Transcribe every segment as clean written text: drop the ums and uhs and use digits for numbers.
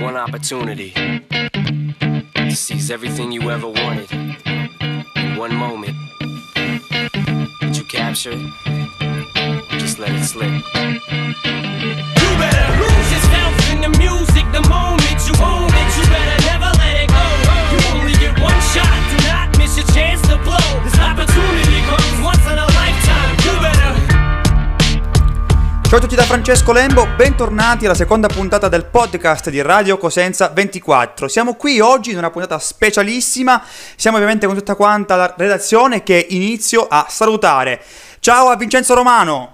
one opportunity to seize everything you ever wanted in one moment. Did you capture it? Just let it slip. You better lose yourself in the music the moment you own it. You better never let it go. You only get one shot, do not miss your chance to blow. This opportunity comes once in a lifetime. You better. Ciao a tutti da Francesco Lembo, bentornati alla seconda puntata del podcast di Radio Cosenza 24. Siamo qui oggi in una puntata specialissima, siamo ovviamente con tutta quanta la redazione che inizio a salutare. Ciao a Vincenzo Romano.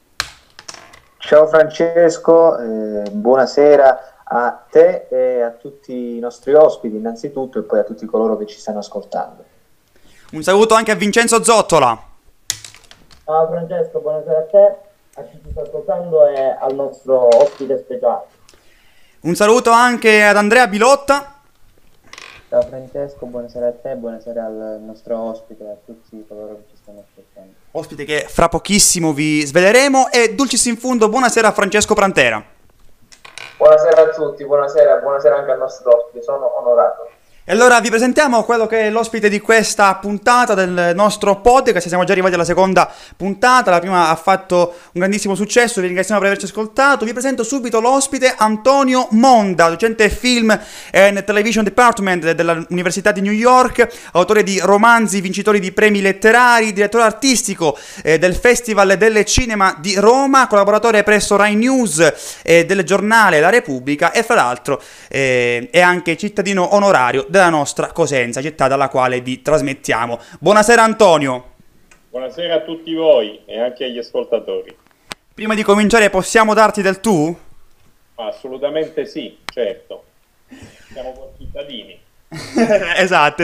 Ciao Francesco, buonasera a te e a tutti i nostri ospiti innanzitutto e poi a tutti coloro che ci stanno ascoltando. Un saluto anche a Vincenzo Zottola. Ciao Francesco, buonasera a te, a chi ci sta ascoltando e al nostro ospite speciale. Un saluto anche ad Andrea Bilotta. Ciao Francesco, buonasera a te, buonasera al nostro ospite e a tutti coloro che ci stanno ascoltando. Ospite che fra pochissimo vi sveleremo e dulcis in fundo, buonasera a Francesco Prantera. Buonasera a tutti, buonasera anche al nostro ospite, sono onorato. E allora vi presentiamo quello che è l'ospite di questa puntata del nostro podcast. Siamo già arrivati alla seconda puntata, la prima ha fatto un grandissimo successo, vi ringraziamo per averci ascoltato. Vi presento subito l'ospite Antonio Monda, docente film and Television Department dell'Università di New York, autore di romanzi vincitori di premi letterari, direttore artistico del Festival del Cinema di Roma, collaboratore presso Rai News del giornale La Repubblica e fra l'altro è anche cittadino onorario della nostra Cosenza, città dalla quale vi trasmettiamo. Buonasera Antonio. Buonasera a tutti voi e anche agli ascoltatori. Prima di cominciare possiamo darti del tu? Assolutamente sì, certo. Siamo concittadini. Esatto.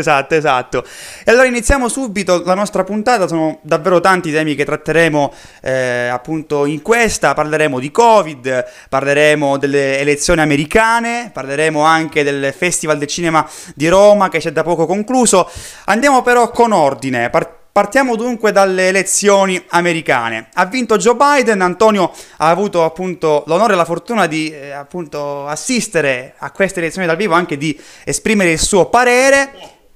E allora iniziamo subito la nostra puntata, sono davvero tanti i temi che tratteremo appunto in questa, parleremo di Covid, parleremo delle elezioni americane, parleremo anche del Festival del Cinema di Roma che si è da poco concluso. Andiamo però con ordine, partiamo dunque dalle elezioni americane. Ha vinto Joe Biden, Antonio ha avuto appunto l'onore e la fortuna di appunto assistere a queste elezioni dal vivo, anche di esprimere il suo parere.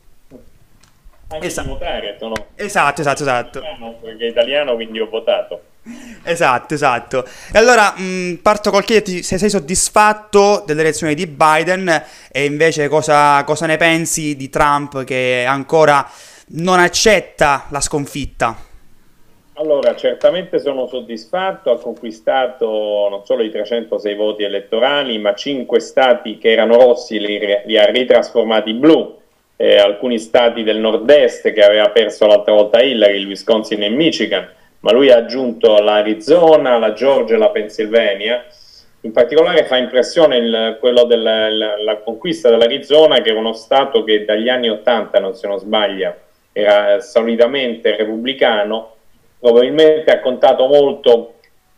Anche di votare, no? Esatto. Perché è italiano, quindi ho votato. Esatto. E allora parto col chiederti se sei soddisfatto delle elezioni di Biden e invece cosa ne pensi di Trump che ancora non accetta la sconfitta. Allora, certamente sono soddisfatto, ha conquistato non solo i 306 voti elettorali, ma 5 stati che erano rossi li ha ritrasformati blu, alcuni stati del nord-est che aveva perso l'altra volta Hillary, il Wisconsin e il Michigan, ma lui ha aggiunto l'Arizona, la Georgia e la Pennsylvania. In particolare fa impressione quello della conquista dell'Arizona, che è uno stato che dagli anni 80, non se non sbaglia, era solitamente repubblicano. Probabilmente ha contato molto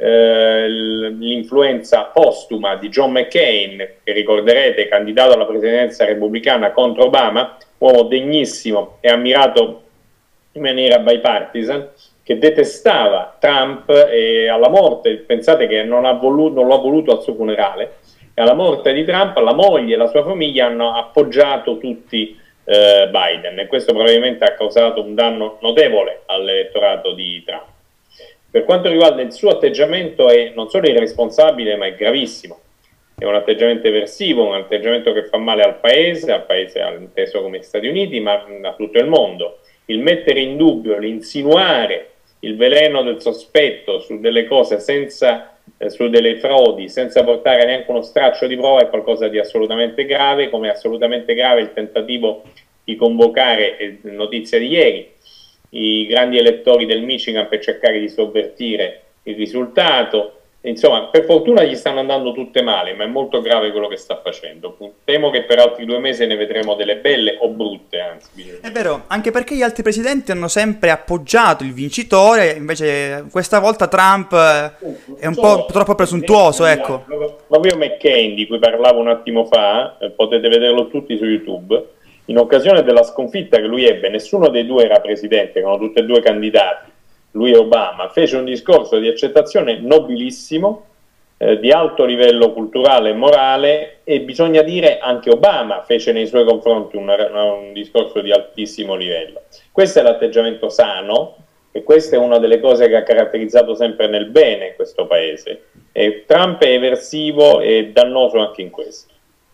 l'influenza postuma di John McCain, che ricorderete candidato alla presidenza repubblicana contro Obama, uomo degnissimo e ammirato in maniera bipartisan, che detestava Trump e alla morte, pensate che non lo ha voluto al suo funerale, e alla morte di Trump la moglie e la sua famiglia hanno appoggiato tutti Biden, e questo probabilmente ha causato un danno notevole all'elettorato di Trump. Per quanto riguarda il suo atteggiamento, è non solo irresponsabile ma è gravissimo, è un atteggiamento eversivo, un atteggiamento che fa male al paese inteso come Stati Uniti, ma a tutto il mondo. Il mettere in dubbio, l'insinuare il veleno del sospetto su delle cose su delle frodi senza portare neanche uno straccio di prova è qualcosa di assolutamente grave, come è assolutamente grave il tentativo di convocare, notizia di ieri, i grandi elettori del Michigan per cercare di sovvertire il risultato. Insomma, per fortuna gli stanno andando tutte male, ma è molto grave quello che sta facendo. Temo che per altri 2 mesi ne vedremo delle belle o brutte, anzi. È vero, anche perché gli altri presidenti hanno sempre appoggiato il vincitore, invece questa volta Trump è un po' troppo presuntuoso, ecco. Proprio McCain, di cui parlavo un attimo fa, potete vederlo tutti su YouTube, in occasione della sconfitta che lui ebbe, nessuno dei due era presidente, erano tutti e due candidati, lui e Obama, fece un discorso di accettazione nobilissimo di alto livello culturale e morale, e bisogna dire anche Obama fece nei suoi confronti un discorso di altissimo livello. Questo è l'atteggiamento sano, e questa è una delle cose che ha caratterizzato sempre nel bene questo paese. E Trump è eversivo e dannoso anche in questo.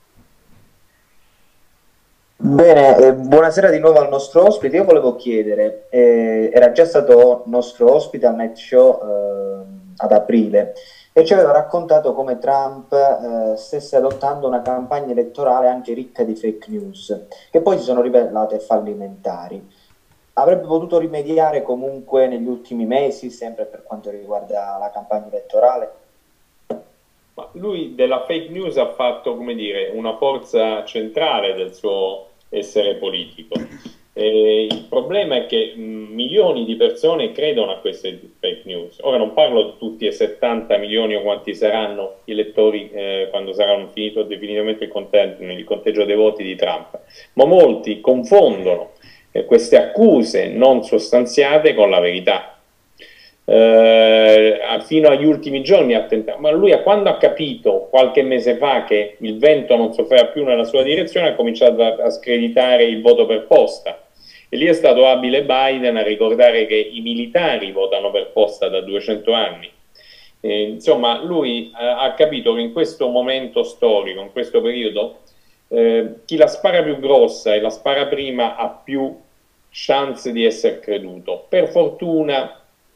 Bene, buonasera di nuovo al nostro ospite. Io volevo chiedere, era già stato nostro ospite al Night Show ad aprile e ci aveva raccontato come Trump stesse adottando una campagna elettorale anche ricca di fake news, che poi si sono rivelate fallimentari. Avrebbe potuto rimediare comunque negli ultimi mesi, sempre per quanto riguarda la campagna elettorale? Ma lui della fake news ha fatto, come dire, una forza centrale del suo essere politico. Il problema è che milioni di persone credono a queste fake news. Ora non parlo di tutti e 70 milioni o quanti saranno gli elettori quando saranno finito definitivamente il conteggio dei voti di Trump, ma molti confondono queste accuse non sostanziate con la verità. Fino agli ultimi giorni ha tentato, ma lui quando ha capito qualche mese fa che il vento non soffriva più nella sua direzione, ha cominciato a screditare il voto per posta, e lì è stato abile Biden a ricordare che i militari votano per posta da 200 anni. Insomma, lui ha capito che in questo momento storico, in questo periodo, chi la spara più grossa e la spara prima ha più chance di essere creduto. Per fortuna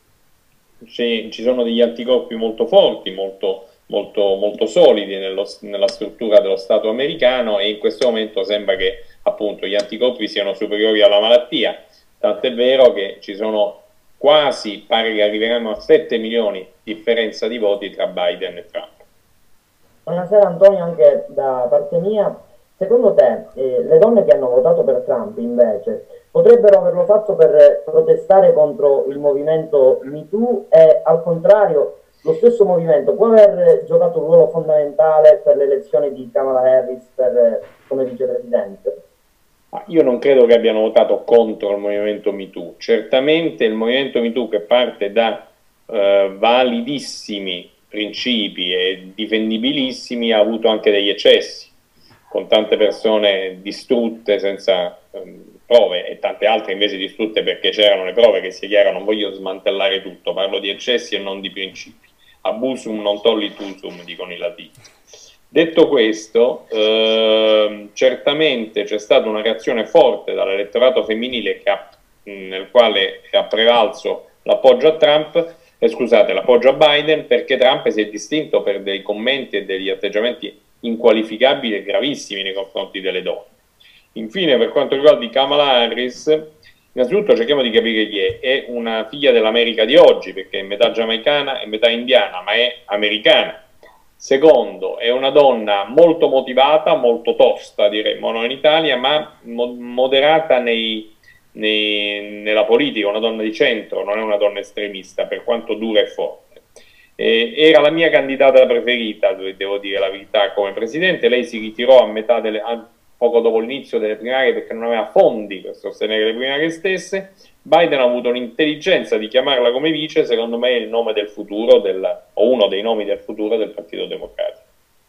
ci sono degli anticorpi molto forti, molto solidi nella struttura dello Stato americano, e in questo momento sembra che appunto gli anticorpi siano superiori alla malattia, tant'è vero che ci sono quasi, pare che arriveremo a 7 milioni di differenza di voti tra Biden e Trump. Buonasera Antonio, anche da parte mia. Secondo te le donne che hanno votato per Trump invece potrebbero averlo fatto per protestare contro il movimento MeToo, e al contrario lo stesso movimento può aver giocato un ruolo fondamentale per l'elezione di Kamala Harris come vicepresidente? Io non credo che abbiano votato contro il movimento MeToo. Certamente il movimento MeToo, che parte da validissimi principi e difendibilissimi, ha avuto anche degli eccessi, con tante persone distrutte senza prove e tante altre invece distrutte perché c'erano le prove, che sia chiaro, non voglio smantellare tutto, parlo di eccessi e non di principi. Abusum non tollit usum, dicono i latini. Detto questo, certamente c'è stata una reazione forte dall'elettorato femminile nel quale ha prevalso l'appoggio a Trump, scusate, l'appoggio a Biden, perché Trump si è distinto per dei commenti e degli atteggiamenti inqualificabili e gravissimi nei confronti delle donne. Infine, per quanto riguarda Kamala Harris, innanzitutto cerchiamo di capire chi è. È una figlia dell'America di oggi, perché è metà giamaicana e metà indiana, ma è americana. Secondo, è una donna molto motivata, molto tosta, diremmo noi in Italia, ma moderata nella politica, una donna di centro, non è una donna estremista, per quanto dura e forte. Era la mia candidata preferita, devo dire la verità, come presidente. Lei si ritirò poco dopo l'inizio delle primarie perché non aveva fondi per sostenere le primarie stesse. Biden ha avuto l'intelligenza di chiamarla come vice, secondo me è il nome del futuro, o uno dei nomi del futuro del Partito Democratico.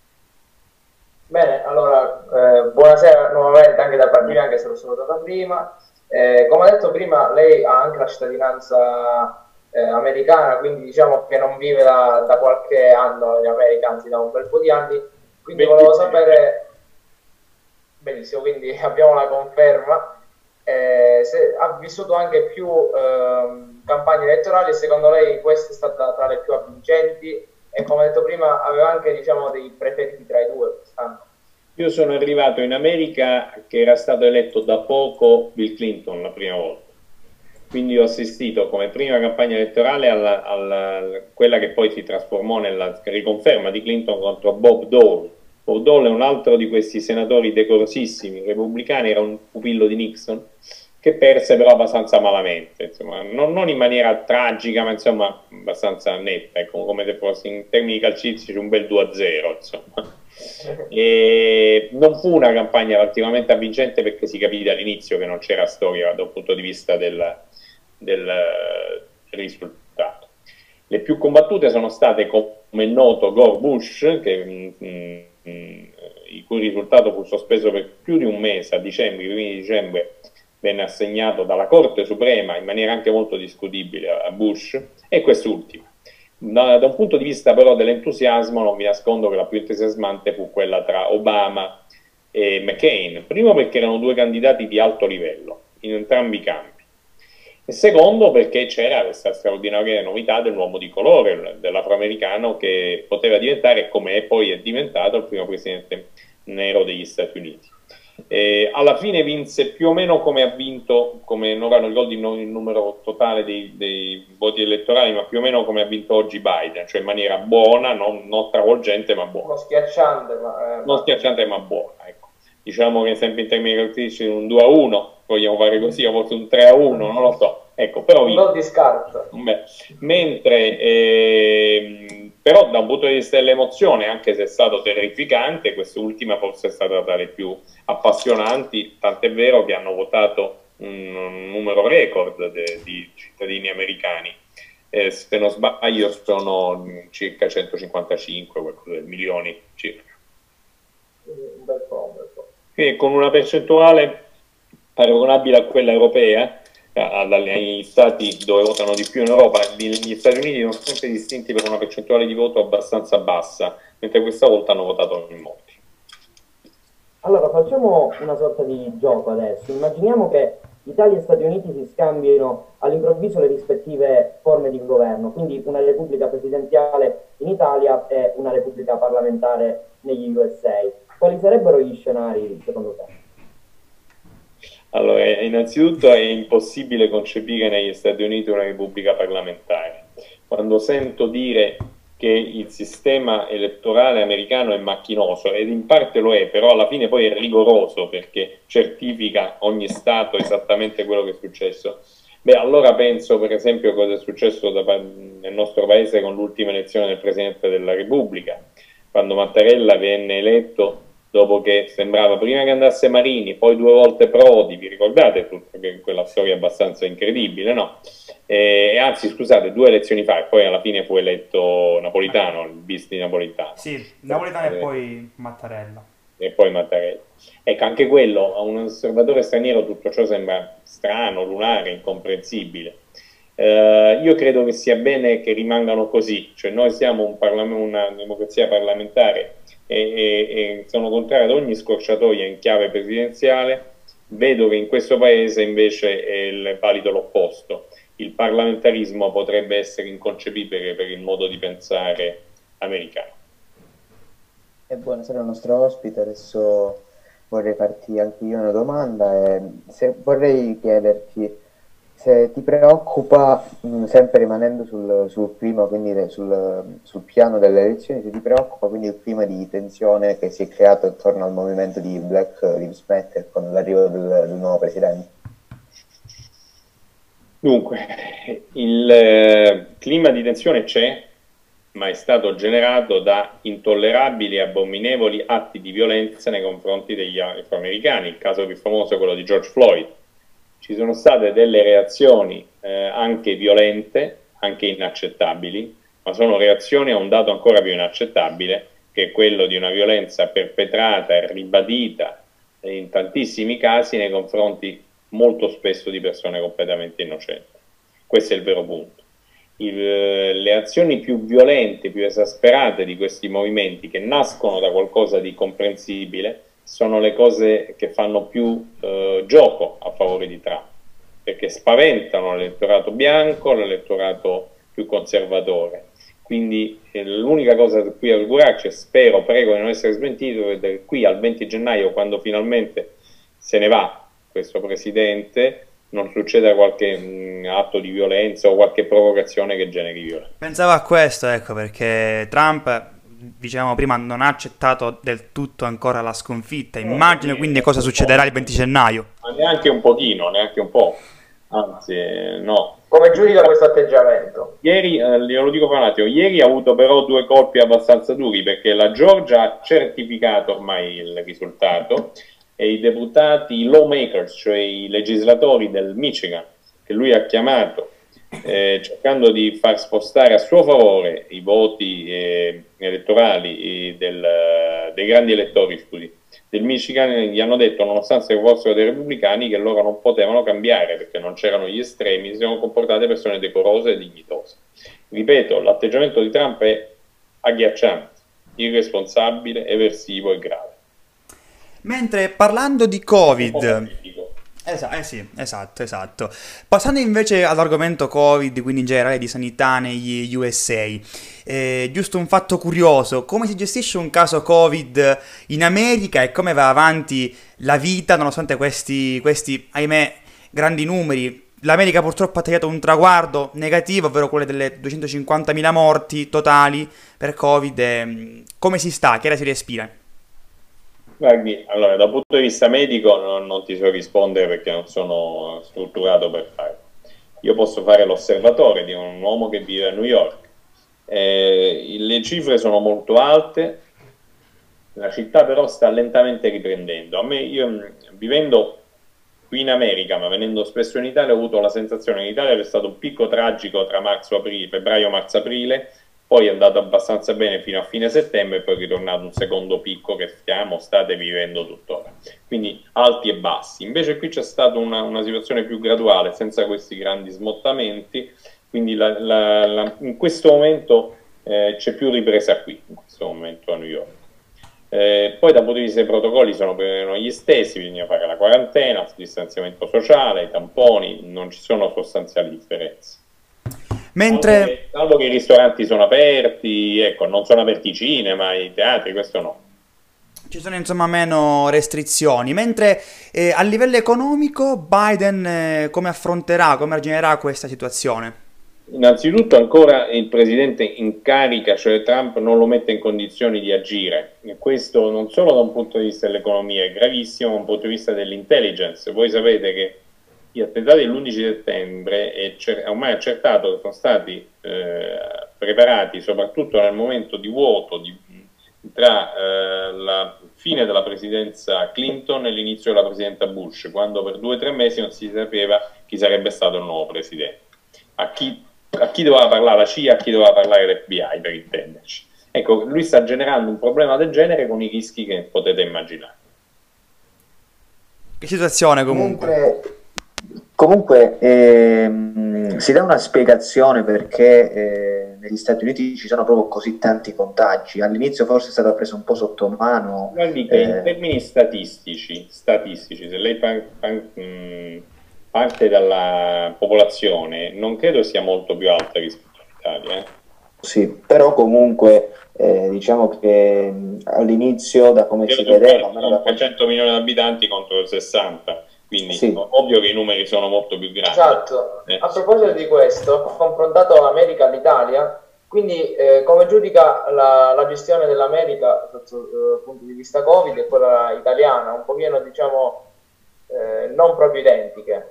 Bene, allora, buonasera nuovamente anche da parte mia, anche se l'ho salutata prima. Come ha detto prima, lei ha anche la cittadinanza americana, quindi diciamo che non vive da qualche anno in America, anzi da un bel po' di anni, quindi volevo sapere, benissimo, quindi abbiamo la conferma, se ha vissuto anche più campagne elettorali, e secondo lei questa è stata tra le più avvincenti, e come detto prima aveva anche, diciamo, dei preferiti tra i due quest'anno? Io sono arrivato in America che era stato eletto da poco Bill Clinton la prima volta. Quindi ho assistito come prima campagna elettorale a quella che poi si trasformò nella riconferma di Clinton contro Bob Dole. Bob Dole è un altro di questi senatori decorosissimi repubblicani, era un pupillo di Nixon, che perse però abbastanza malamente, insomma, non in maniera tragica, ma insomma abbastanza netta, ecco, come se fosse in termini calcistici un bel 2-0, insomma. E non fu una campagna particolarmente avvincente perché si capì dall'inizio che non c'era storia dal punto di vista del risultato. Le più combattute sono state, come è noto, Gore-Bush, il cui risultato fu sospeso per più di un mese, a dicembre, i primi di dicembre venne assegnato dalla Corte Suprema in maniera anche molto discutibile a Bush, e quest'ultima. Da un punto di vista però dell'entusiasmo, non vi nascondo che la più entusiasmante fu quella tra Obama e McCain, primo perché erano due candidati di alto livello in entrambi i campi, e secondo perché c'era questa straordinaria novità dell'uomo di colore, dell'afroamericano, che poteva diventare, come poi è diventato, il primo presidente nero degli Stati Uniti. Alla fine vinse più o meno come ha vinto, come non ricordo il numero totale dei voti elettorali, ma più o meno come ha vinto oggi Biden, cioè in maniera buona, non travolgente ma buona. Non schiacciante, non schiacciante ma buona, ecco. Diciamo che sempre in termini caratteristici un 2-1, vogliamo fare così, o forse un 3-1, non lo so. Ecco, però non di scarto. Mentre però da un punto di vista dell'emozione, anche se è stato terrificante, quest'ultima forse è stata tra le più appassionanti, tant'è vero che hanno votato un numero record di cittadini americani. Se non sbaglio sono circa 155 milioni circa. Un bel po'. E con una percentuale paragonabile a quella europea, agli stati dove votano di più in Europa. Gli Stati Uniti sono sempre distinti per una percentuale di voto abbastanza bassa, mentre questa volta hanno votato in molti. Allora facciamo una sorta di gioco adesso. Immaginiamo che Italia e Stati Uniti si scambino all'improvviso le rispettive forme di governo, quindi una repubblica presidenziale in Italia e una repubblica parlamentare negli USA. Quali sarebbero gli scenari secondo te? Allora, innanzitutto è impossibile concepire negli Stati Uniti una repubblica parlamentare. Quando sento dire che il sistema elettorale americano è macchinoso, ed in parte lo è, però alla fine poi è rigoroso perché certifica ogni Stato esattamente quello che è successo, allora penso per esempio cosa è successo nel nostro paese con l'ultima elezione del Presidente della Repubblica, quando Mattarella venne eletto dopo che sembrava prima che andasse Marini, poi 2 volte Prodi, vi ricordate quella storia abbastanza incredibile, no? Anzi, scusate, 2 elezioni fa, e poi alla fine fu eletto Napolitano, il bis di Napolitano. Sì, Napolitano e poi Mattarella. E poi Mattarella. Ecco, anche quello, a un osservatore straniero tutto ciò sembra strano, lunare, incomprensibile. Io credo che sia bene che rimangano così, cioè noi siamo una democrazia parlamentare e sono contrario ad ogni scorciatoia in chiave presidenziale. Vedo che in questo paese invece è valido l'opposto. Il parlamentarismo potrebbe essere inconcepibile per il modo di pensare americano. Buonasera al nostro ospite, adesso vorrei farti anche io una domanda e vorrei chiederti se ti preoccupa, sempre rimanendo sul clima, quindi sul piano delle elezioni, se ti preoccupa quindi il clima di tensione che si è creato attorno al movimento di Black Lives Matter con l'arrivo del nuovo presidente. Dunque, il clima di tensione c'è, ma è stato generato da intollerabili e abominevoli atti di violenza nei confronti degli afroamericani. Il caso più famoso è quello di George Floyd. Ci sono state delle reazioni anche violente, anche inaccettabili, ma sono reazioni a un dato ancora più inaccettabile, che è quello di una violenza perpetrata e ribadita in tantissimi casi nei confronti molto spesso di persone completamente innocenti. Questo è il vero punto. Le azioni più violente, più esasperate di questi movimenti, che nascono da qualcosa di comprensibile, sono le cose che fanno più gioco a favore di Trump, perché spaventano l'elettorato bianco, l'elettorato più conservatore. Quindi l'unica cosa da cui augurarci, spero, prego di non essere smentito, è che qui al 20 gennaio, quando finalmente se ne va questo presidente, non succeda qualche atto di violenza o qualche provocazione che generi violenza. Pensavo a questo, ecco, perché Trump, dicevamo prima, non ha accettato del tutto ancora la sconfitta. Immagino quindi cosa succederà il 20 gennaio. Ma neanche un pochino, neanche un po'. Anzi, no. Come giudica questo atteggiamento? Ieri, glielo dico per un attimo, ieri ha avuto però 2 colpi abbastanza duri, perché la Georgia ha certificato ormai il risultato, e i deputati, i lawmakers, cioè i legislatori del Michigan, che lui ha chiamato cercando di far spostare a suo favore i voti elettorali dei grandi elettori, scusi, del Michigan. Gli hanno detto, nonostante fossero dei repubblicani, che loro non potevano cambiare perché non c'erano gli estremi, si sono comportate persone decorose e dignitose. Ripeto, l'atteggiamento di Trump è agghiacciante, irresponsabile, eversivo e grave. Mentre parlando di Covid, sì, esatto. Passando invece all'argomento Covid, quindi in generale di sanità negli USA, giusto un fatto curioso, come si gestisce un caso Covid in America e come va avanti la vita nonostante questi ahimè, grandi numeri? L'America purtroppo ha tagliato un traguardo negativo, ovvero quello delle 250.000 morti totali per Covid. Come si sta? Che aria si respira? Guardi, allora, dal punto di vista medico non ti so rispondere perché non sono strutturato per farlo. Io posso fare l'osservatore di un uomo che vive a New York. Le cifre sono molto alte, la città però sta lentamente riprendendo. Io vivendo qui in America, ma venendo spesso in Italia, ho avuto la sensazione che in Italia c'è stato un picco tragico tra febbraio, marzo, aprile, poi è andato abbastanza bene fino a fine settembre e poi è ritornato un secondo picco che state vivendo tuttora. Quindi alti e bassi. Invece qui c'è stata una situazione più graduale, senza questi grandi smottamenti, quindi in questo momento c'è più ripresa qui, in questo momento a New York. Poi dal punto di vista dei protocolli sono più o meno gli stessi, bisogna fare la quarantena, il distanziamento sociale, i tamponi, non ci sono sostanziali differenze. Salvo che i ristoranti sono aperti, ecco, non sono aperti i cinema, i teatri, questo no. Ci sono insomma meno restrizioni, mentre a livello economico Biden come affronterà, come arginerà questa situazione? Innanzitutto ancora il presidente in carica, cioè Trump, non lo mette in condizioni di agire, e questo non solo da un punto di vista dell'economia è gravissimo, ma da un punto di vista dell'intelligence. Voi sapete che gli attentati dell'11 settembre è ormai accertato che sono stati preparati soprattutto nel momento di vuoto tra la fine della presidenza Clinton e l'inizio della presidenza Bush, quando per 2 o 3 mesi non si sapeva chi sarebbe stato il nuovo presidente, a chi doveva parlare la CIA, a chi doveva parlare l'FBI, per intenderci. Ecco, lui sta generando un problema del genere con i rischi che potete immaginare. Che situazione comunque? Comunque si dà una spiegazione perché negli Stati Uniti ci sono proprio così tanti contagi. All'inizio forse è stata presa un po' sotto mano. Guardi che in termini statistici, se lei parte dalla popolazione, non credo sia molto più alta rispetto all'Italia. Sì, però comunque diciamo che all'inizio, da come si vedeva, da 100 milioni di abitanti contro 60. Quindi sì, ovvio che i numeri sono molto più grandi. Esatto. A proposito di questo, ho confrontato l'America all'Italia, quindi come giudica la gestione dell'America dal punto di vista Covid e quella italiana, un pochino diciamo non proprio identiche.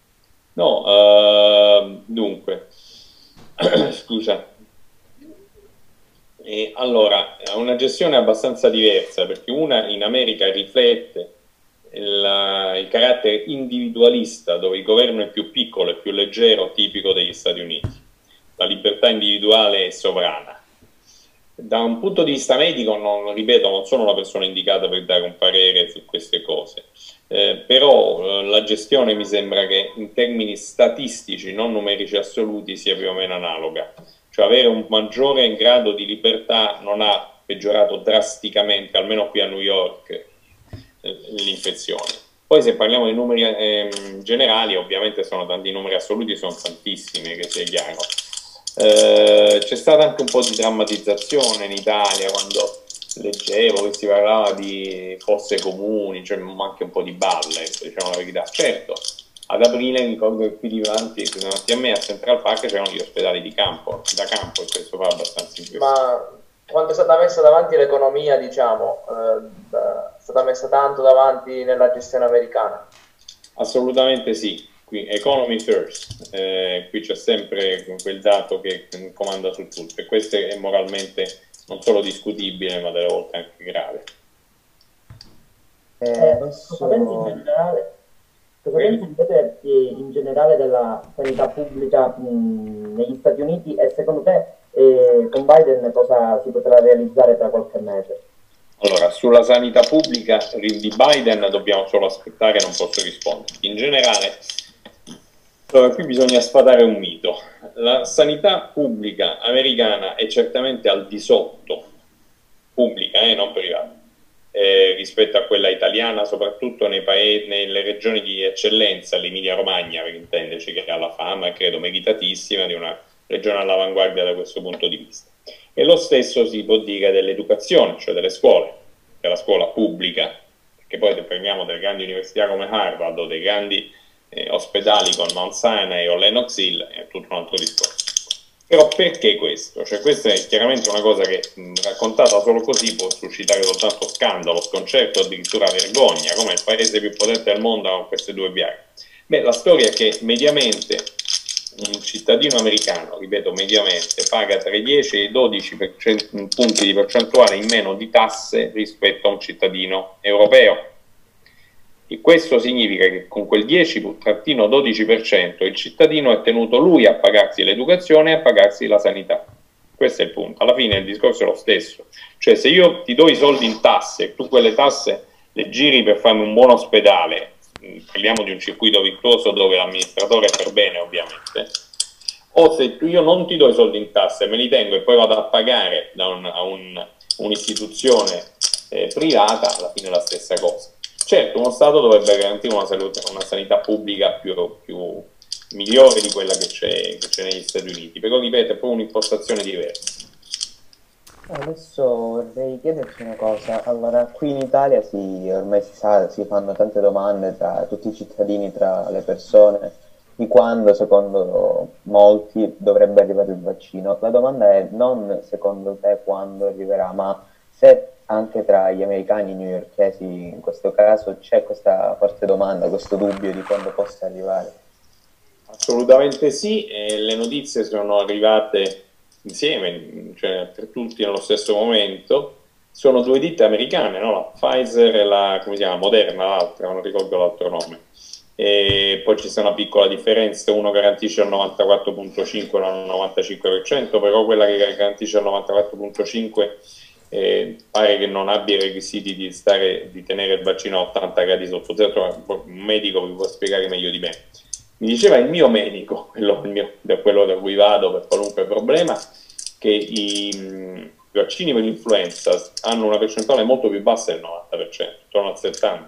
No, dunque, scusa. Allora, è una gestione abbastanza diversa, perché una in America riflette il carattere individualista, dove il governo è più piccolo e più leggero, tipico degli Stati Uniti. La libertà individuale è sovrana. Da un punto di vista medico, ripeto, non sono una persona indicata per dare un parere su queste cose, però la gestione mi sembra che in termini statistici, non numerici assoluti, sia più o meno analoga. Cioè avere un maggiore grado di libertà non ha peggiorato drasticamente, almeno qui a New York, l'infezione. Poi se parliamo di numeri generali, ovviamente sono tanti numeri assoluti, sono tantissimi, che sia chiaro. C'è stata anche un po' di drammatizzazione in Italia quando leggevo che si parlava di fosse comuni, cioè anche un po' di balle, diciamo la verità. Certo, ad aprile ricordo che qui davanti a me a Central Park c'erano gli ospedali da campo, e questo fa abbastanza impressione. Ma quanto è stata messa davanti l'economia, diciamo, è stata messa tanto davanti nella gestione americana? Assolutamente sì, qui economy first, qui c'è sempre quel dato che comanda su tutto, e questo è moralmente non solo discutibile ma delle volte anche grave. Cosa pensi in generale? Cosa pensi invece in generale della sanità pubblica negli Stati Uniti e secondo te con Biden cosa si potrà realizzare tra qualche mese? Allora, sulla sanità pubblica di Biden dobbiamo solo aspettare, non posso rispondere. In generale, allora, qui bisogna sfatare un mito. La sanità pubblica americana è certamente al di sotto, pubblica e non privata, rispetto a quella italiana, soprattutto nelle regioni di eccellenza, l'Emilia Romagna, per intenderci, che ha la fama, credo meritatissima, di una regione all'avanguardia da questo punto di vista. E lo stesso si può dire dell'educazione, cioè delle scuole, della scuola pubblica, perché poi se prendiamo delle grandi università come Harvard o dei grandi ospedali con Mount Sinai o Lenox Hill, è tutto un altro discorso. Però perché questo? Cioè, questa è chiaramente una cosa che raccontata solo così può suscitare soltanto scandalo, sconcerto, addirittura vergogna, come il paese più potente del mondo con queste due piaghe. Beh, la storia è che mediamente un cittadino americano, ripeto mediamente, paga tra i 10 e i 12 punti di percentuale in meno di tasse rispetto a un cittadino europeo. E questo significa che con quel 10-12% il cittadino è tenuto lui a pagarsi l'educazione e a pagarsi la sanità. Questo è il punto. Alla fine il discorso è lo stesso. Cioè, se io ti do i soldi in tasse e tu quelle tasse le giri per farmi un buon ospedale, parliamo di un circuito virtuoso dove l'amministratore è per bene ovviamente, o se io non ti do i soldi in tasse, me li tengo e poi vado a pagare a un'istituzione privata, alla fine è la stessa cosa. Certo, uno Stato dovrebbe garantire una sanità pubblica più migliore di quella che c'è negli Stati Uniti, però ripeto, è proprio un'impostazione diversa. Adesso vorrei chiederti una cosa. Allora, qui in Italia ormai si sa, si fanno tante domande tra tutti i cittadini, tra le persone, di quando, secondo molti, dovrebbe arrivare il vaccino. La domanda è non secondo te quando arriverà, ma se anche tra gli americani e newyorkesi in questo caso c'è questa forte domanda, questo dubbio di quando possa arrivare. Assolutamente sì, e le notizie sono arrivate insieme, cioè per tutti nello stesso momento. Sono due ditte americane, no? La Pfizer e la, come si chiama, Moderna, l'altra, non ricordo l'altro nome. E poi ci sta una piccola differenza, uno garantisce al 94,5 non al 95%, però quella che garantisce al 94,5 pare che non abbia i requisiti di tenere il vaccino a 80 gradi sotto zero. Un medico vi può spiegare meglio di me. Mi diceva il mio medico, quello da cui vado per qualunque problema, che i vaccini per l'influenza hanno una percentuale molto più bassa del 90%, intorno al 70%.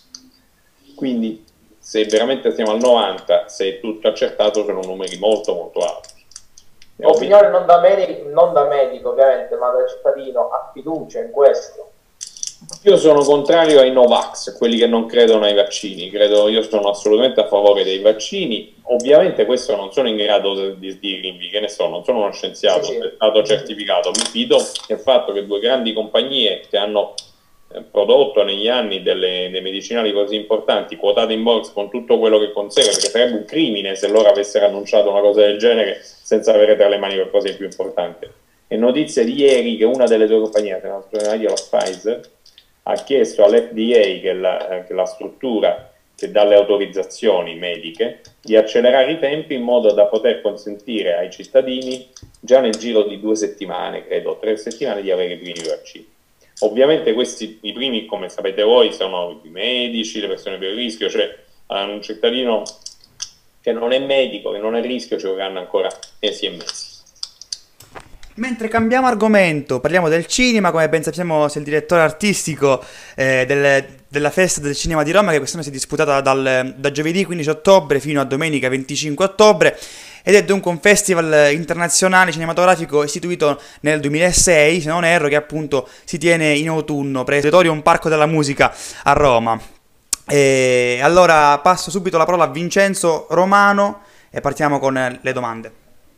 Quindi se veramente stiamo al 90%, se è tutto accertato, sono numeri molto molto alti. Opinione non da medico ovviamente, ma da cittadino, ha fiducia in questo? Io sono contrario ai Novax, quelli che non credono ai vaccini. Io sono assolutamente a favore dei vaccini. Ovviamente questo non sono in grado di dirvi, che ne so, non sono uno scienziato, sì. È stato certificato. Mi fido del fatto che due grandi compagnie che hanno prodotto negli anni dei medicinali così importanti, quotate in borsa con tutto quello che consegue, perché sarebbe un crimine se loro avessero annunciato una cosa del genere senza avere tra le mani qualcosa di più importante. È notizia di ieri che una delle due compagnie, la Pfizer, ha chiesto all'FDA, che è la struttura che dà le autorizzazioni mediche, di accelerare i tempi in modo da poter consentire ai cittadini già nel giro di 2 settimane, credo 3 settimane, di avere i primi vaccini. Ovviamente i primi, come sapete voi, sono i medici, le persone più a rischio, cioè un cittadino che non è medico, che non è a rischio, ci vorranno ancora mesi e mesi. Mentre cambiamo argomento, parliamo del cinema, come ben sappiamo sei il direttore artistico della Festa del Cinema di Roma, che quest'anno si è disputata da giovedì 15 ottobre fino a domenica 25 ottobre, ed è dunque un festival internazionale cinematografico istituito nel 2006, se non erro, che appunto si tiene in autunno presso l'Auditorium Parco della Musica a Roma. E allora passo subito la parola a Vincenzo Romano e partiamo con le domande.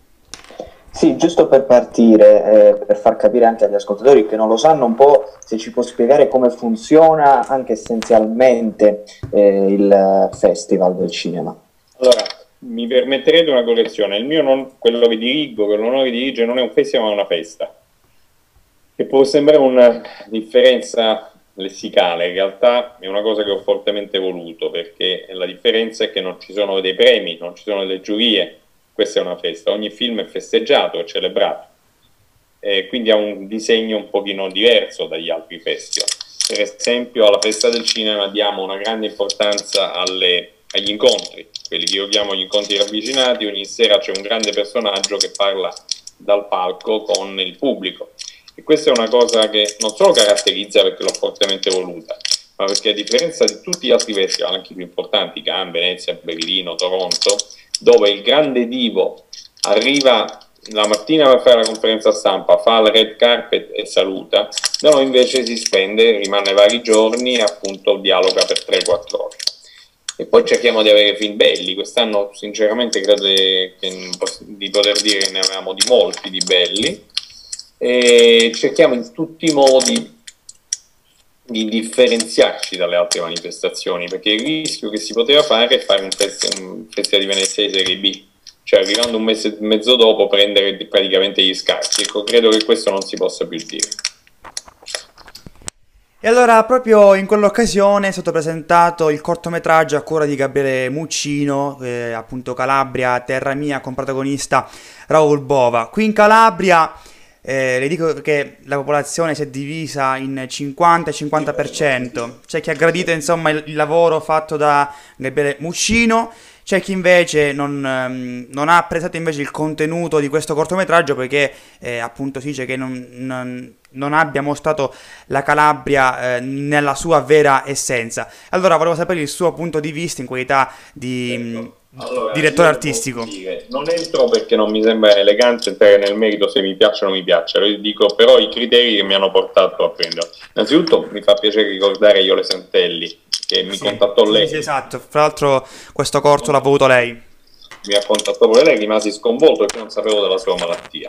Sì, giusto per partire, per far capire anche agli ascoltatori che non lo sanno un po', se ci può spiegare come funziona anche essenzialmente il Festival del Cinema. Allora, mi permetterete una correzione, quello che dirigo, che l'onore di dirige, non è un festival ma è una festa, che può sembrare una differenza lessicale, in realtà è una cosa che ho fortemente voluto, perché la differenza è che non ci sono dei premi, non ci sono delle giurie, questa è una festa, ogni film è festeggiato, è celebrato, quindi ha un disegno un pochino diverso dagli altri festival. Per esempio alla festa del cinema diamo una grande importanza agli incontri, quelli che io chiamo gli incontri ravvicinati. Ogni sera c'è un grande personaggio che parla dal palco con il pubblico, e questa è una cosa che non solo caratterizza perché l'ho fortemente voluta, ma perché a differenza di tutti gli altri festival, anche i più importanti, Cannes, Venezia, Berlino, Toronto, dove il grande divo arriva la mattina per fare la conferenza stampa, fa il red carpet e saluta, da noi invece si spende, rimane vari giorni e appunto dialoga per 3-4 ore. E poi cerchiamo di avere film belli. Quest'anno sinceramente credo di poter dire che ne avevamo di molti di belli, e cerchiamo in tutti i modi di differenziarci dalle altre manifestazioni, perché il rischio che si poteva fare è fare un festival di Venezia di Serie B, cioè arrivando un mese e mezzo dopo prendere praticamente gli scarti. Ecco, credo che questo non si possa più dire. E allora proprio in quell'occasione è stato presentato il cortometraggio a cura di Gabriele Muccino, appunto Calabria, terra mia, con protagonista Raoul Bova. Qui in Calabria le dico che la popolazione si è divisa in 50-50%, c'è chi ha gradito insomma il lavoro fatto da Gabriele Muccino, c'è chi invece non ha apprezzato invece il contenuto di questo cortometraggio, perché appunto si dice che non abbia mostrato la Calabria nella sua vera essenza. Allora volevo sapere il suo punto di vista in qualità di Allora, direttore artistico. Non entro perché non mi sembra elegante entrare nel merito se mi piace o non mi piace, io dico però i criteri che mi hanno portato a prenderlo. Innanzitutto mi fa piacere ricordare Iole Santelli, che mi contattò lei. Sì, esatto, fra l'altro questo corto l'ha voluto lei. Mi ha contattato pure lei, rimasi sconvolto perché non sapevo della sua malattia.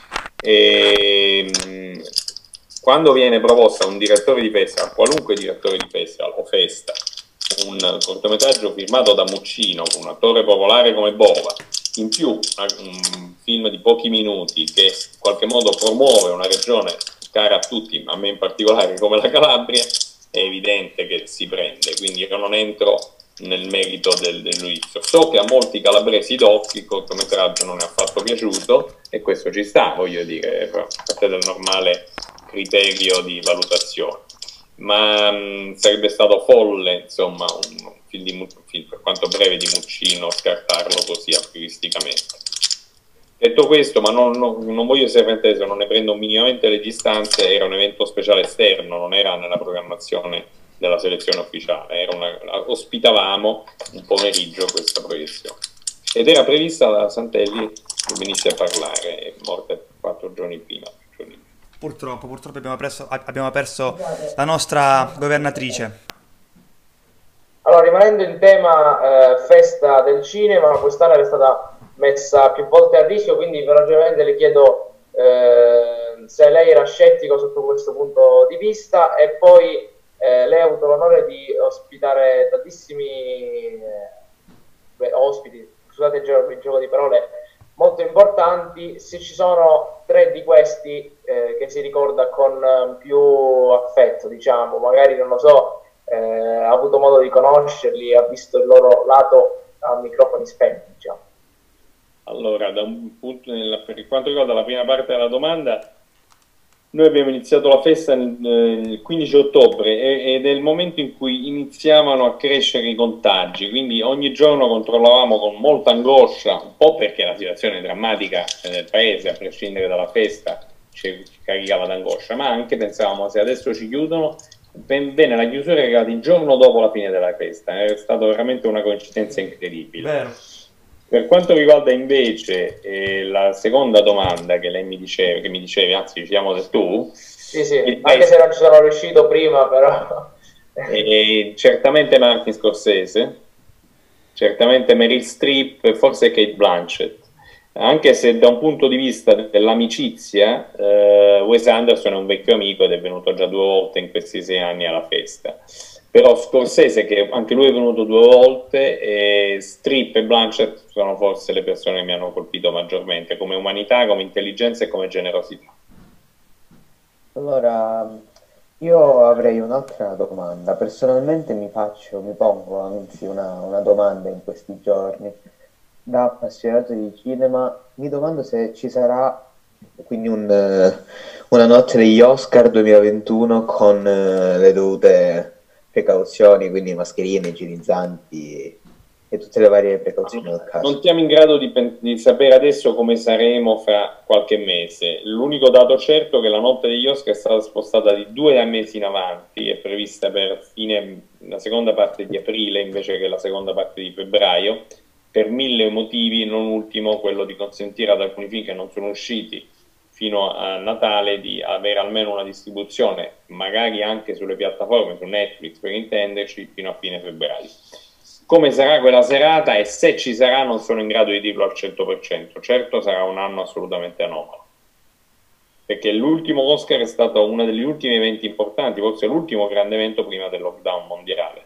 Quando viene proposta a un direttore di festival, qualunque direttore di festival o festa, un cortometraggio firmato da Muccino con un attore popolare come Bova, in più un film di pochi minuti che in qualche modo promuove una regione cara a tutti, a me in particolare, come la Calabria, è evidente che si prende. Quindi io non entro nel merito del giudizio. So che a molti calabresi d'occhi il cortometraggio non è affatto piaciuto, e questo ci sta, voglio dire, fa parte del normale criterio di valutazione, ma sarebbe stato folle insomma un film per quanto breve di Muccino scartarlo così aprioristicamente. Detto questo, ma non voglio essere frainteso, non ne prendo minimamente le distanze, era un evento speciale esterno, non era nella programmazione della selezione ufficiale, ospitavamo un pomeriggio questa proiezione ed era prevista da Santelli che venisse a parlare, è morta 4 giorni prima. Purtroppo abbiamo perso la nostra governatrice. Allora, rimanendo in tema festa del cinema, quest'anno era stata messa più volte a rischio, quindi velocemente le chiedo se lei era scettico sotto questo punto di vista, e poi lei ha avuto l'onore di ospitare tantissimi ospiti, scusate il gioco di parole, molto importanti. Se ci sono 3 di questi che si ricorda con più affetto, diciamo, magari non lo so, ha avuto modo di conoscerli, ha visto il loro lato a microfoni spenti, diciamo. Allora, da un punto, per quanto riguarda la prima parte della domanda, noi abbiamo iniziato la festa il 15 ottobre ed è il momento in cui iniziavano a crescere i contagi, quindi ogni giorno controllavamo con molta angoscia, un po' perché la situazione drammatica nel paese, a prescindere dalla festa, ci caricava d'angoscia, ma anche pensavamo, se adesso ci chiudono, bene, la chiusura è arrivata il giorno dopo la fine della festa, è stata veramente una coincidenza incredibile. Vero. Per quanto riguarda invece la seconda domanda che lei mi dicevi, anzi diciamo tu. Sì, anche se non ci sono riuscito prima, però. Certamente Martin Scorsese, certamente Meryl Streep e forse Kate Blanchett, anche se da un punto di vista dell'amicizia Wes Anderson è un vecchio amico ed è venuto già 2 volte in questi 6 anni alla festa. Però Scorsese, che anche lui è venuto 2 volte, e Streep e Blanchett sono forse le persone che mi hanno colpito maggiormente, come umanità, come intelligenza e come generosità. Allora, Io avrei un'altra domanda. Personalmente mi pongo anzi una domanda in questi giorni. Da appassionato di cinema, mi domando se ci sarà quindi una notte degli Oscar 2021 con le dovute precauzioni, quindi mascherine, igienizzanti e tutte le varie precauzioni del caso. Non siamo in grado di sapere adesso come saremo fra qualche mese. L'unico dato certo è che la notte degli Oscar è stata spostata di 2 mesi in avanti, è prevista per la seconda parte di aprile invece che la seconda parte di febbraio, per 1000 motivi, non ultimo quello di consentire ad alcuni film che non sono usciti fino a Natale di avere almeno una distribuzione, magari anche sulle piattaforme, su Netflix per intenderci, fino a fine febbraio. Come sarà quella serata e se ci sarà non sono in grado di dirlo al 100%. Certo sarà un anno assolutamente anomalo, perché l'ultimo Oscar è stato uno degli ultimi eventi importanti, forse l'ultimo grande evento prima del lockdown mondiale.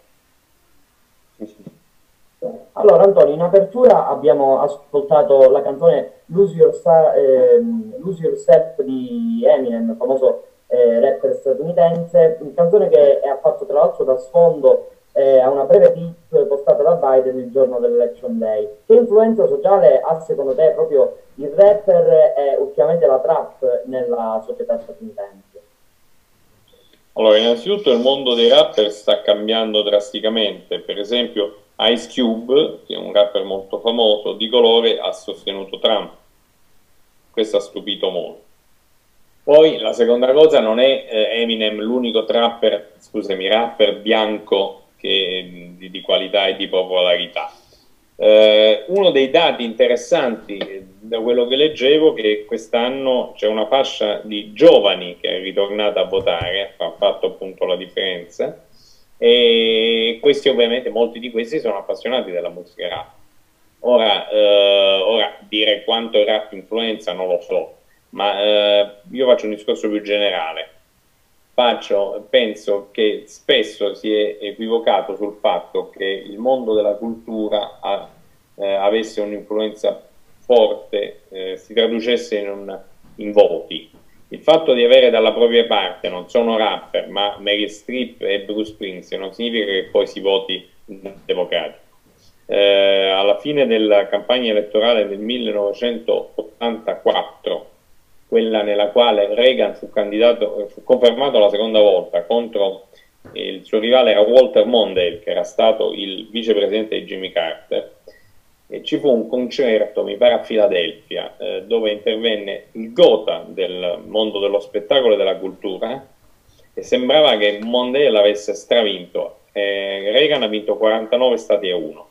Allora Antonio, in apertura abbiamo ascoltato la canzone Lose Yourself di Eminem, famoso rapper statunitense, canzone che ha fatto tra l'altro da sfondo a una breve clip postata da Biden il giorno dell'Election Day. Che influenza sociale ha secondo te proprio il rapper e ultimamente la trap nella società statunitense? Allora, innanzitutto il mondo dei rapper sta cambiando drasticamente. Per esempio Ice Cube, che è un rapper molto famoso, di colore, ha sostenuto Trump. Questo ha stupito molto. Poi la seconda cosa, non è Eminem l'unico rapper bianco di qualità e di popolarità. Uno dei dati interessanti da quello che leggevo è che quest'anno c'è una fascia di giovani che è ritornata a votare, ha fatto appunto la differenza, e questi ovviamente, molti di questi sono appassionati della musica rap. Ora dire quanto il rap influenza non lo so, ma io faccio un discorso più generale. Penso che spesso si è equivocato sul fatto che il mondo della cultura avesse un'influenza forte, si traducesse in voti. Il fatto di avere dalla propria parte, non sono rapper, ma Meryl Streep e Bruce Springsteen, non significa che poi si voti democratico. Alla fine della campagna elettorale del 1984, quella nella quale Reagan fu confermato la seconda volta contro il suo rivale era Walter Mondale, che era stato il vicepresidente di Jimmy Carter, e ci fu un concerto, mi pare a Filadelfia, dove intervenne il gotha del mondo dello spettacolo e della cultura, e sembrava che Mondale avesse stravinto. Reagan ha vinto 49 stati a 1.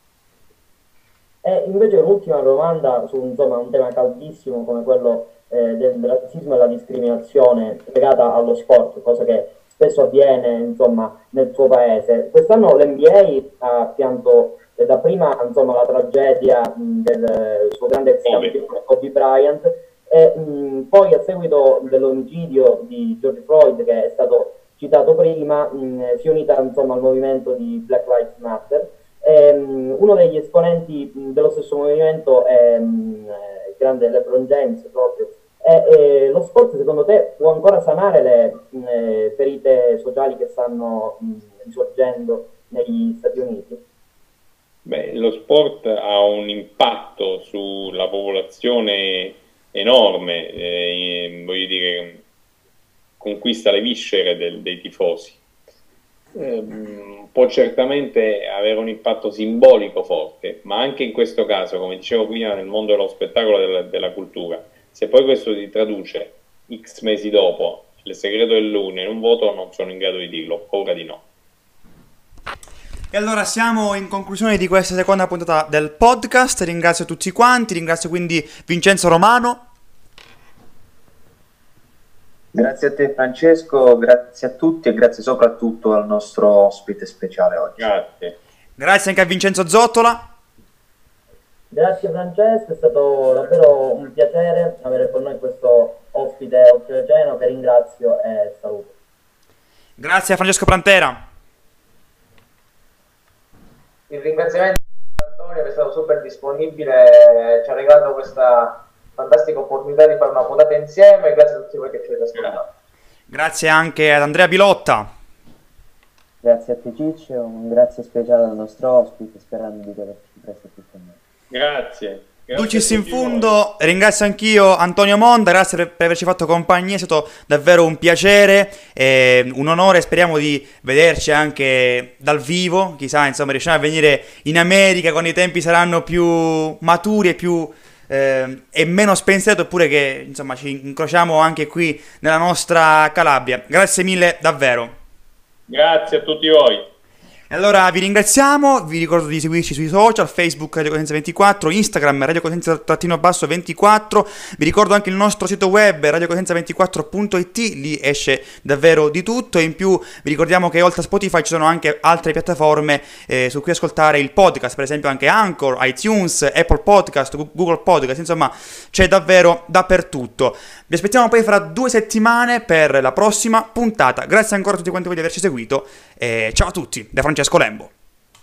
E invece un'ultima domanda su un tema caldissimo come quello del razzismo e la discriminazione legata allo sport, cosa che spesso avviene nel tuo paese. Quest'anno l'NBA ha pianto dapprima la tragedia del suo grande ex campione Kobe Bryant e poi a seguito dell'omicidio di George Floyd, che è stato citato prima, si è unita al movimento di Black Lives Matter. Uno degli esponenti dello stesso movimento è il grande LeBron James proprio. Lo sport secondo te può ancora sanare le ferite sociali che stanno risorgendo negli Stati Uniti? Beh, lo sport ha un impatto sulla popolazione enorme, voglio dire, conquista le viscere dei tifosi. Può certamente avere un impatto simbolico forte, ma anche in questo caso, come dicevo prima, nel mondo dello spettacolo e della cultura, se poi questo si traduce X mesi dopo, il segreto dell'urna in un voto, non sono in grado di dirlo, ho paura di no. E allora siamo in conclusione di questa seconda puntata del podcast. Ringrazio tutti quanti, ringrazio quindi Vincenzo Romano. Grazie a te Francesco, grazie a tutti e grazie soprattutto al nostro ospite speciale oggi. Grazie. Grazie anche a Vincenzo Zottola. Grazie Francesco, è stato davvero un piacere avere con noi questo ospite oltreoceano che ringrazio e saluto. Grazie a Francesco Prantera. Il ringraziamento a Antonio, che è stato super disponibile, ci ha regalato questa fantastica opportunità di fare una puntata insieme, e grazie a tutti voi che ci avete ascoltato. Grazie anche ad Andrea Pilotta. Grazie a te Ciccio, un grazie speciale al nostro ospite, sperando di vederci presto qui con noi. Grazie. Dulcis in fundo, ringrazio anch'io Antonio Monda, grazie per averci fatto compagnia, è stato davvero un piacere, un onore, speriamo di vederci anche dal vivo, chissà, insomma, riusciamo a venire in America quando i tempi saranno più maturi e più e meno spensierati, oppure che insomma ci incrociamo anche qui nella nostra Calabria. Grazie mille davvero. Grazie a tutti voi. Allora vi ringraziamo, vi ricordo di seguirci sui social, Facebook Radio Cosenza 24, Instagram Radio Cosenza-24, vi ricordo anche il nostro sito web radiocosenza24.it, lì esce davvero di tutto, e in più vi ricordiamo che oltre a Spotify ci sono anche altre piattaforme su cui ascoltare il podcast, per esempio anche Anchor, iTunes, Apple Podcast, Google Podcast, insomma c'è davvero dappertutto. Vi aspettiamo poi fra 2 settimane per la prossima puntata. Grazie ancora a tutti quanti voi di averci seguito e ciao a tutti da Francesco Lembo.